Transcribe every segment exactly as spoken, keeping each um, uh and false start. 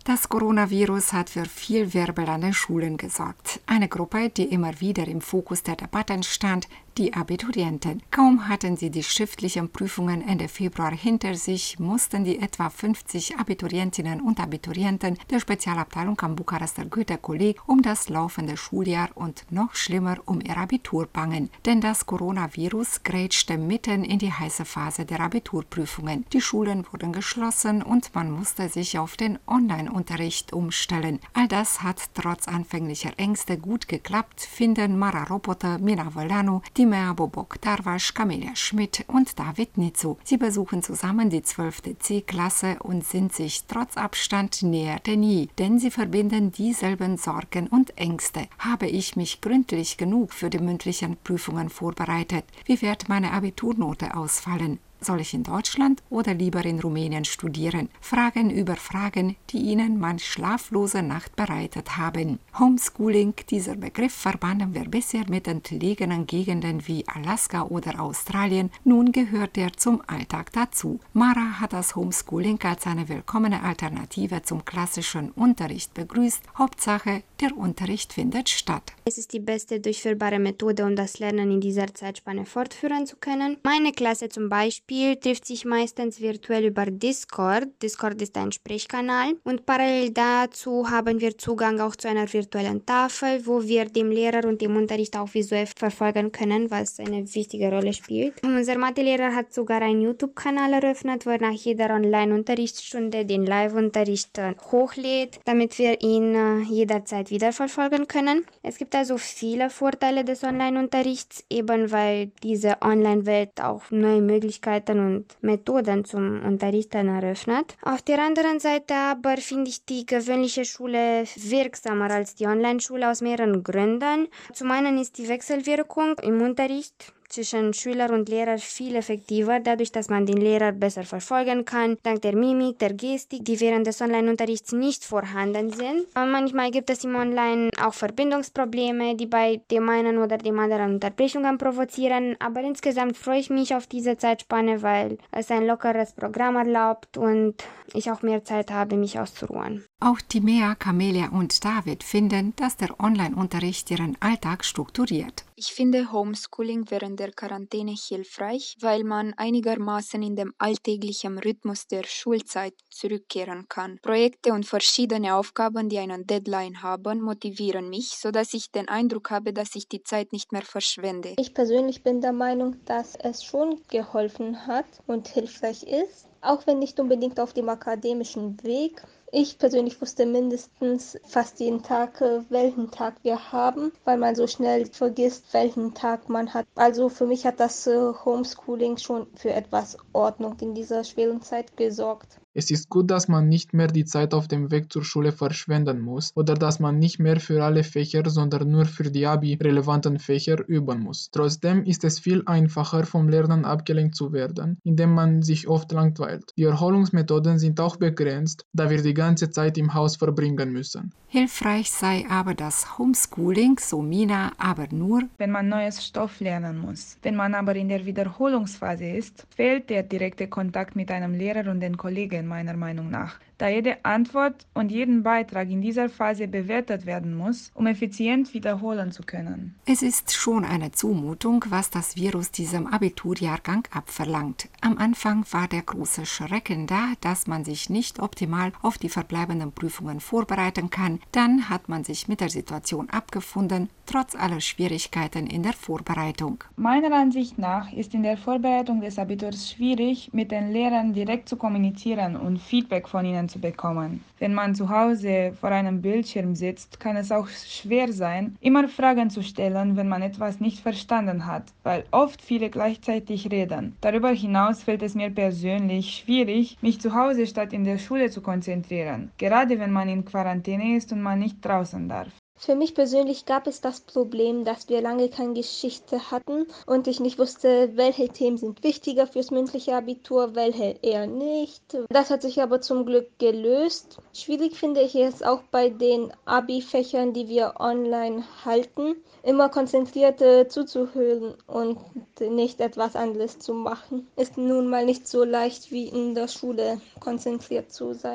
Das Coronavirus hat für viel Wirbel an den Schulen gesorgt. Eine Gruppe, die immer wieder im Fokus der Debatten stand, die Abiturienten. Kaum hatten sie die schriftlichen Prüfungen Ende Februar hinter sich, mussten die etwa fünfzig Abiturientinnen und Abiturienten der Spezialabteilung am Bukarester Goethe-Kolleg um das laufende Schuljahr und noch schlimmer um ihr Abitur bangen. Denn das Coronavirus grätschte mitten in die heiße Phase der Abiturprüfungen. Die Schulen wurden geschlossen und man musste sich auf den Online-Unterricht umstellen. All das hat trotz anfänglicher Ängste gut geklappt, finden Mara Ropote, Mina Volanu, Timea Bobok, Darvash, Camelia Schmidt und David Nitzu. Sie besuchen zusammen die zwölfte C-Klasse und sind sich trotz Abstand näher denn je, denn sie verbinden dieselben Sorgen und Ängste. Habe ich mich gründlich genug für die mündlichen Prüfungen vorbereitet? Wie wird meine Abiturnote ausfallen? Soll ich in Deutschland oder lieber in Rumänien studieren? Fragen über Fragen, die ihnen manch schlaflose Nacht bereitet haben. Homeschooling, dieser Begriff verbanden wir bisher mit entlegenen Gegenden wie Alaska oder Australien. Nun gehört er zum Alltag dazu. Mara hat das Homeschooling als eine willkommene Alternative zum klassischen Unterricht begrüßt. Hauptsache, der Unterricht findet statt. Es ist die beste durchführbare Methode, um das Lernen in dieser Zeitspanne fortführen zu können. Meine Klasse zum Beispiel trifft sich meistens virtuell über Discord. Discord ist ein Sprechkanal und parallel dazu haben wir Zugang auch zu einer virtuellen Tafel, wo wir dem Lehrer und dem Unterricht auch visuell verfolgen können, was eine wichtige Rolle spielt. Unser Mathelehrer hat sogar einen YouTube-Kanal eröffnet, wo er nach jeder Online-Unterrichtsstunde den Live-Unterricht hochlädt, damit wir ihn äh, jederzeit wieder verfolgen können. Es gibt also viele Vorteile des Online-Unterrichts, eben weil diese Online-Welt auch neue Möglichkeiten und Methoden zum Unterrichten eröffnet. Auf der anderen Seite aber finde ich die gewöhnliche Schule wirksamer als die Online-Schule aus mehreren Gründen. Zum einen ist die Wechselwirkung im Unterricht zwischen Schüler und Lehrer viel effektiver, dadurch, dass man den Lehrer besser verfolgen kann, dank der Mimik, der Gestik, die während des Online-Unterrichts nicht vorhanden sind. Aber manchmal gibt es im Online auch Verbindungsprobleme, die bei dem einen oder dem anderen Unterbrechungen provozieren, aber insgesamt freue ich mich auf diese Zeitspanne, weil es ein lockeres Programm erlaubt und ich auch mehr Zeit habe, mich auszuruhen. Auch Timea, Camelia und David finden, dass der Online-Unterricht ihren Alltag strukturiert. Ich finde Homeschooling während der Quarantäne hilfreich, weil man einigermaßen in dem alltäglichen Rhythmus der Schulzeit zurückkehren kann. Projekte und verschiedene Aufgaben, die einen Deadline haben, motivieren mich, sodass ich den Eindruck habe, dass ich die Zeit nicht mehr verschwende. Ich persönlich bin der Meinung, dass es schon geholfen hat und hilfreich ist, auch wenn nicht unbedingt auf dem akademischen Weg. Ich persönlich wusste mindestens fast jeden Tag, welchen Tag wir haben, weil man so schnell vergisst, welchen Tag man hat. Also für mich hat das Homeschooling schon für etwas Ordnung in dieser schweren Zeit gesorgt. Es ist gut, dass man nicht mehr die Zeit auf dem Weg zur Schule verschwenden muss oder dass man nicht mehr für alle Fächer, sondern nur für die Abi-relevanten Fächer üben muss. Trotzdem ist es viel einfacher, vom Lernen abgelenkt zu werden, indem man sich oft langweilt. Die Erholungsmethoden sind auch begrenzt, da wir die ganze Zeit im Haus verbringen müssen. Hilfreich sei aber das Homeschooling, so Mina, aber nur, wenn man neues Stoff lernen muss. Wenn man aber in der Wiederholungsphase ist, fehlt der direkte Kontakt mit einem Lehrer und den Kollegen meiner Meinung nach, da jede Antwort und jeden Beitrag in dieser Phase bewertet werden muss, um effizient wiederholen zu können. Es ist schon eine Zumutung, was das Virus diesem Abiturjahrgang abverlangt. Am Anfang war der große Schrecken da, dass man sich nicht optimal auf die verbleibenden Prüfungen vorbereiten kann. Dann hat man sich mit der Situation abgefunden, trotz aller Schwierigkeiten in der Vorbereitung. Meiner Ansicht nach ist in der Vorbereitung des Abiturs schwierig, mit den Lehrern direkt zu kommunizieren und Feedback von ihnen zu bekommen. Wenn man zu Hause vor einem Bildschirm sitzt, kann es auch schwer sein, immer Fragen zu stellen, wenn man etwas nicht verstanden hat, weil oft viele gleichzeitig reden. Darüber hinaus fällt es mir persönlich schwierig, mich zu Hause statt in der Schule zu konzentrieren, gerade wenn man in Quarantäne ist und man nicht draußen darf. Für mich persönlich gab es das Problem, dass wir lange keine Geschichte hatten und ich nicht wusste, welche Themen sind wichtiger fürs mündliche Abitur, welche eher nicht. Das hat sich aber zum Glück gelöst. Schwierig finde ich es auch bei den Abi-Fächern, die wir online halten, immer konzentriert äh, zuzuhören und nicht etwas anderes zu machen. Ist nun mal nicht so leicht wie in der Schule konzentriert zu sein.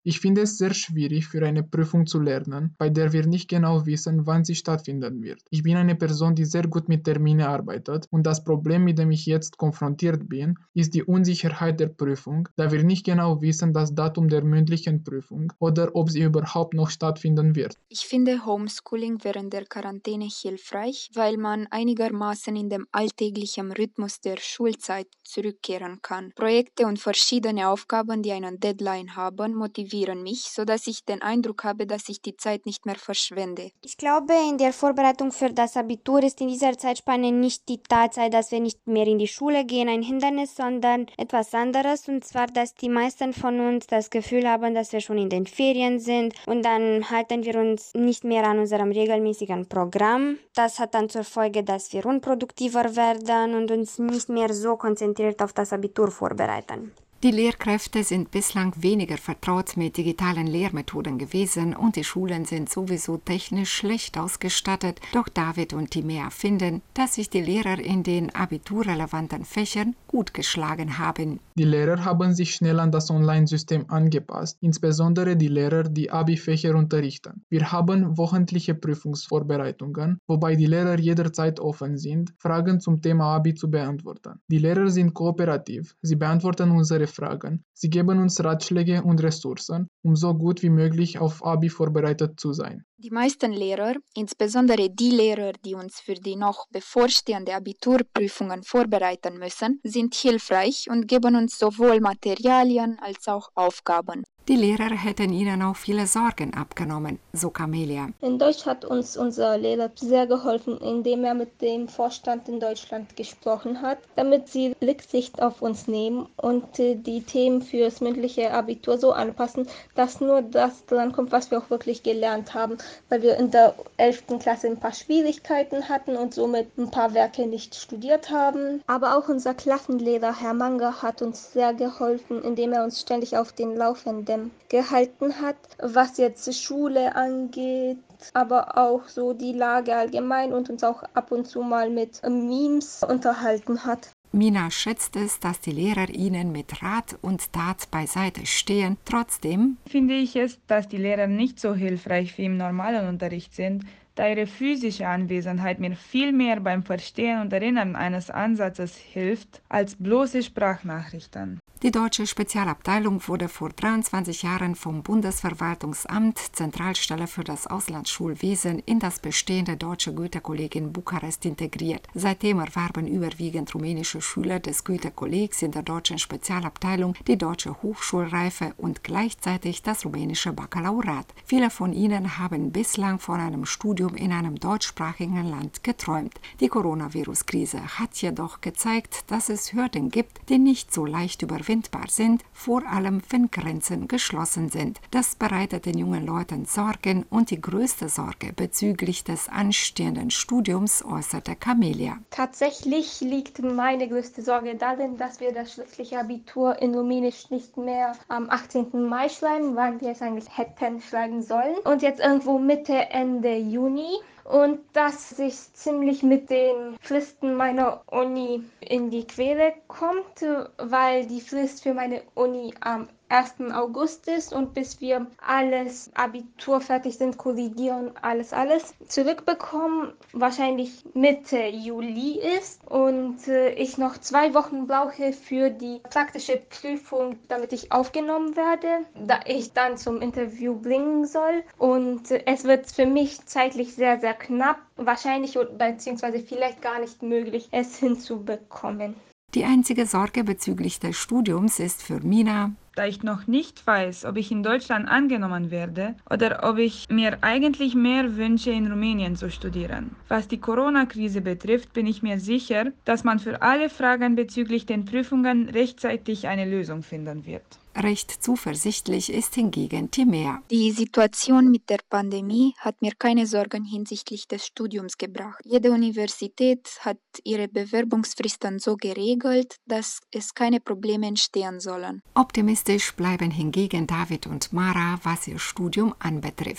Ich finde es sehr schwierig, für eine Prüfung zu lernen, bei der wir nicht genau wissen, wann sie stattfinden wird. Ich bin eine Person, die sehr gut mit Terminen arbeitet und das Problem, mit dem ich jetzt konfrontiert bin, ist die Unsicherheit der Prüfung, da wir nicht genau wissen das Datum der mündlichen Prüfung oder ob sie überhaupt noch stattfinden wird. Ich finde Homeschooling während der Quarantäne hilfreich, weil man einigermaßen in den alltäglichen Rhythmus der Schulzeit zurückkehren kann. Projekte und verschiedene Aufgaben, die einen Deadline haben, motivieren mich, sodass ich den Eindruck habe, dass ich die Zeit nicht mehr verschwende. Ich glaube, in der Vorbereitung für das Abitur ist in dieser Zeitspanne nicht die Tatsache, dass wir nicht mehr in die Schule gehen, ein Hindernis, sondern etwas anderes, und zwar, dass die meisten von uns das Gefühl haben, dass wir schon in den Ferien sind und dann halten wir uns nicht mehr an unserem regelmäßigen Programm. Das hat dann zur Folge, dass wir unproduktiver werden und uns nicht mehr so konzentriert auf das Abitur vorbereiten. Die Lehrkräfte sind bislang weniger vertraut mit digitalen Lehrmethoden gewesen und die Schulen sind sowieso technisch schlecht ausgestattet. Doch David und Timea finden, dass sich die Lehrer in den abiturrelevanten Fächern gut geschlagen haben. Die Lehrer haben sich schnell an das Online-System angepasst, insbesondere die Lehrer, die Abi-Fächer unterrichten. Wir haben wochentliche Prüfungsvorbereitungen, wobei die Lehrer jederzeit offen sind, Fragen zum Thema Abi zu beantworten. Die Lehrer sind kooperativ, sie beantworten unsere Fragen. Sie geben uns Ratschläge und Ressourcen, um so gut wie möglich auf Abi vorbereitet zu sein. Die meisten Lehrer, insbesondere die Lehrer, die uns für die noch bevorstehende Abiturprüfungen vorbereiten müssen, sind hilfreich und geben uns sowohl Materialien als auch Aufgaben. Die Lehrer hätten ihnen auch viele Sorgen abgenommen, so Camelia. In Deutsch hat uns unser Lehrer sehr geholfen, indem er mit dem Vorstand in Deutschland gesprochen hat, damit sie Rücksicht auf uns nehmen und die Themen fürs mündliche Abitur so anpassen, dass nur das drankommt, was wir auch wirklich gelernt haben, weil wir in der elften Klasse ein paar Schwierigkeiten hatten und somit ein paar Werke nicht studiert haben. Aber auch unser Klassenlehrer Herr Manger hat uns sehr geholfen, indem er uns ständig auf den Laufenden gehalten hat, was jetzt Schule angeht, aber auch so die Lage allgemein und uns auch ab und zu mal mit Memes unterhalten hat. Mina schätzt es, dass die Lehrer ihnen mit Rat und Tat beiseite stehen. Trotzdem finde ich es, dass die Lehrer nicht so hilfreich wie im normalen Unterricht sind, da ihre physische Anwesenheit mir viel mehr beim Verstehen und Erinnern eines Ansatzes hilft, als bloße Sprachnachrichten. Die deutsche Spezialabteilung wurde vor dreiundzwanzig Jahren vom Bundesverwaltungsamt, Zentralstelle für das Auslandsschulwesen, in das bestehende Deutsche Goethe-Kolleg in Bukarest integriert. Seitdem erwarben überwiegend rumänische Schüler des Goethe-Kollegs in der deutschen Spezialabteilung die deutsche Hochschulreife und gleichzeitig das rumänische Baccalaureat. Viele von ihnen haben bislang von einem Studium in einem deutschsprachigen Land geträumt. Die Coronavirus-Krise hat jedoch gezeigt, dass es Hürden gibt, die nicht so leicht überwindbar sind, vor allem wenn Grenzen geschlossen sind. Das bereitet den jungen Leuten Sorgen und die größte Sorge bezüglich des anstehenden Studiums äußerte Camelia. Tatsächlich liegt meine größte Sorge darin, dass wir das schriftliche Abitur in Rumänisch nicht mehr am achtzehnten Mai schreiben, wann wir es eigentlich hätten schreiben sollen. Und jetzt irgendwo Mitte, Ende Juni. Und dass sich ziemlich mit den Fristen meiner Uni in die Quere kommt, weil die Frist für meine Uni am ersten August ist und bis wir alles Abitur fertig sind, korrigieren, alles, alles zurückbekommen, wahrscheinlich Mitte Juli ist und äh, ich noch zwei Wochen brauche für die praktische Prüfung, damit ich aufgenommen werde, da ich dann zum Interview bringen soll und äh, es wird für mich zeitlich sehr, sehr knapp, wahrscheinlich beziehungsweise vielleicht gar nicht möglich, es hinzubekommen. Die einzige Sorge bezüglich des Studiums ist für Mina: Da ich noch nicht weiß, ob ich in Deutschland angenommen werde oder ob ich mir eigentlich mehr wünsche, in Rumänien zu studieren. Was die Corona-Krise betrifft, bin ich mir sicher, dass man für alle Fragen bezüglich den Prüfungen rechtzeitig eine Lösung finden wird. Recht zuversichtlich ist hingegen Timea. Die Situation mit der Pandemie hat mir keine Sorgen hinsichtlich des Studiums gebracht. Jede Universität hat ihre Bewerbungsfristen so geregelt, dass es keine Probleme entstehen sollen. Optimistisch bleiben hingegen David und Mara, was ihr Studium anbetrifft.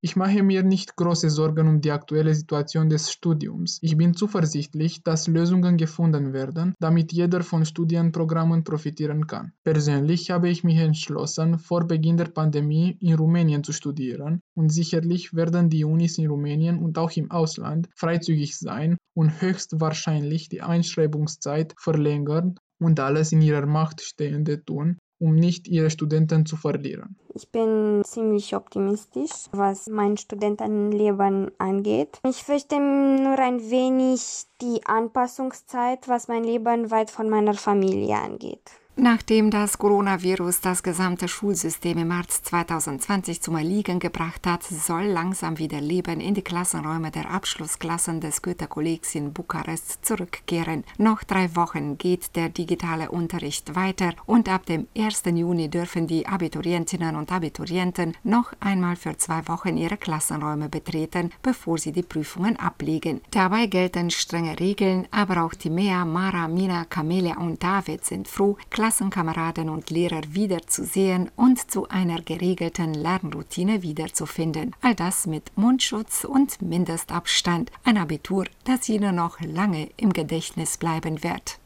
Ich mache mir nicht große Sorgen um die aktuelle Situation des Studiums. Ich bin zuversichtlich, dass Lösungen gefunden werden, damit jeder von Studienprogrammen profitieren kann. Persönlich habe ich mich entschlossen, vor Beginn der Pandemie in Rumänien zu studieren und sicherlich werden die Unis in Rumänien und auch im Ausland freizügig sein und höchstwahrscheinlich die Einschreibungszeit verlängern und alles in ihrer Macht Stehende tun, um nicht ihre Studenten zu verlieren. Ich bin ziemlich optimistisch, was mein Studentenleben angeht. Ich fürchte nur ein wenig die Anpassungszeit, was mein Leben weit von meiner Familie angeht. Nachdem das Coronavirus das gesamte Schulsystem im März zweitausendzwanzig zum Erliegen gebracht hat, soll langsam wieder Leben in die Klassenräume der Abschlussklassen des Goethe-Kollegs in Bukarest zurückkehren. Noch drei Wochen geht der digitale Unterricht weiter und ab dem ersten Juni dürfen die Abiturientinnen und Abiturienten noch einmal für zwei Wochen ihre Klassenräume betreten, bevor sie die Prüfungen ablegen. Dabei gelten strenge Regeln, aber auch Timea, Mara, Mina, Camelia und David sind froh, Klassenkameraden und Lehrer wiederzusehen und zu einer geregelten Lernroutine wiederzufinden. All das mit Mundschutz und Mindestabstand. Ein Abitur, das ihnen noch lange im Gedächtnis bleiben wird.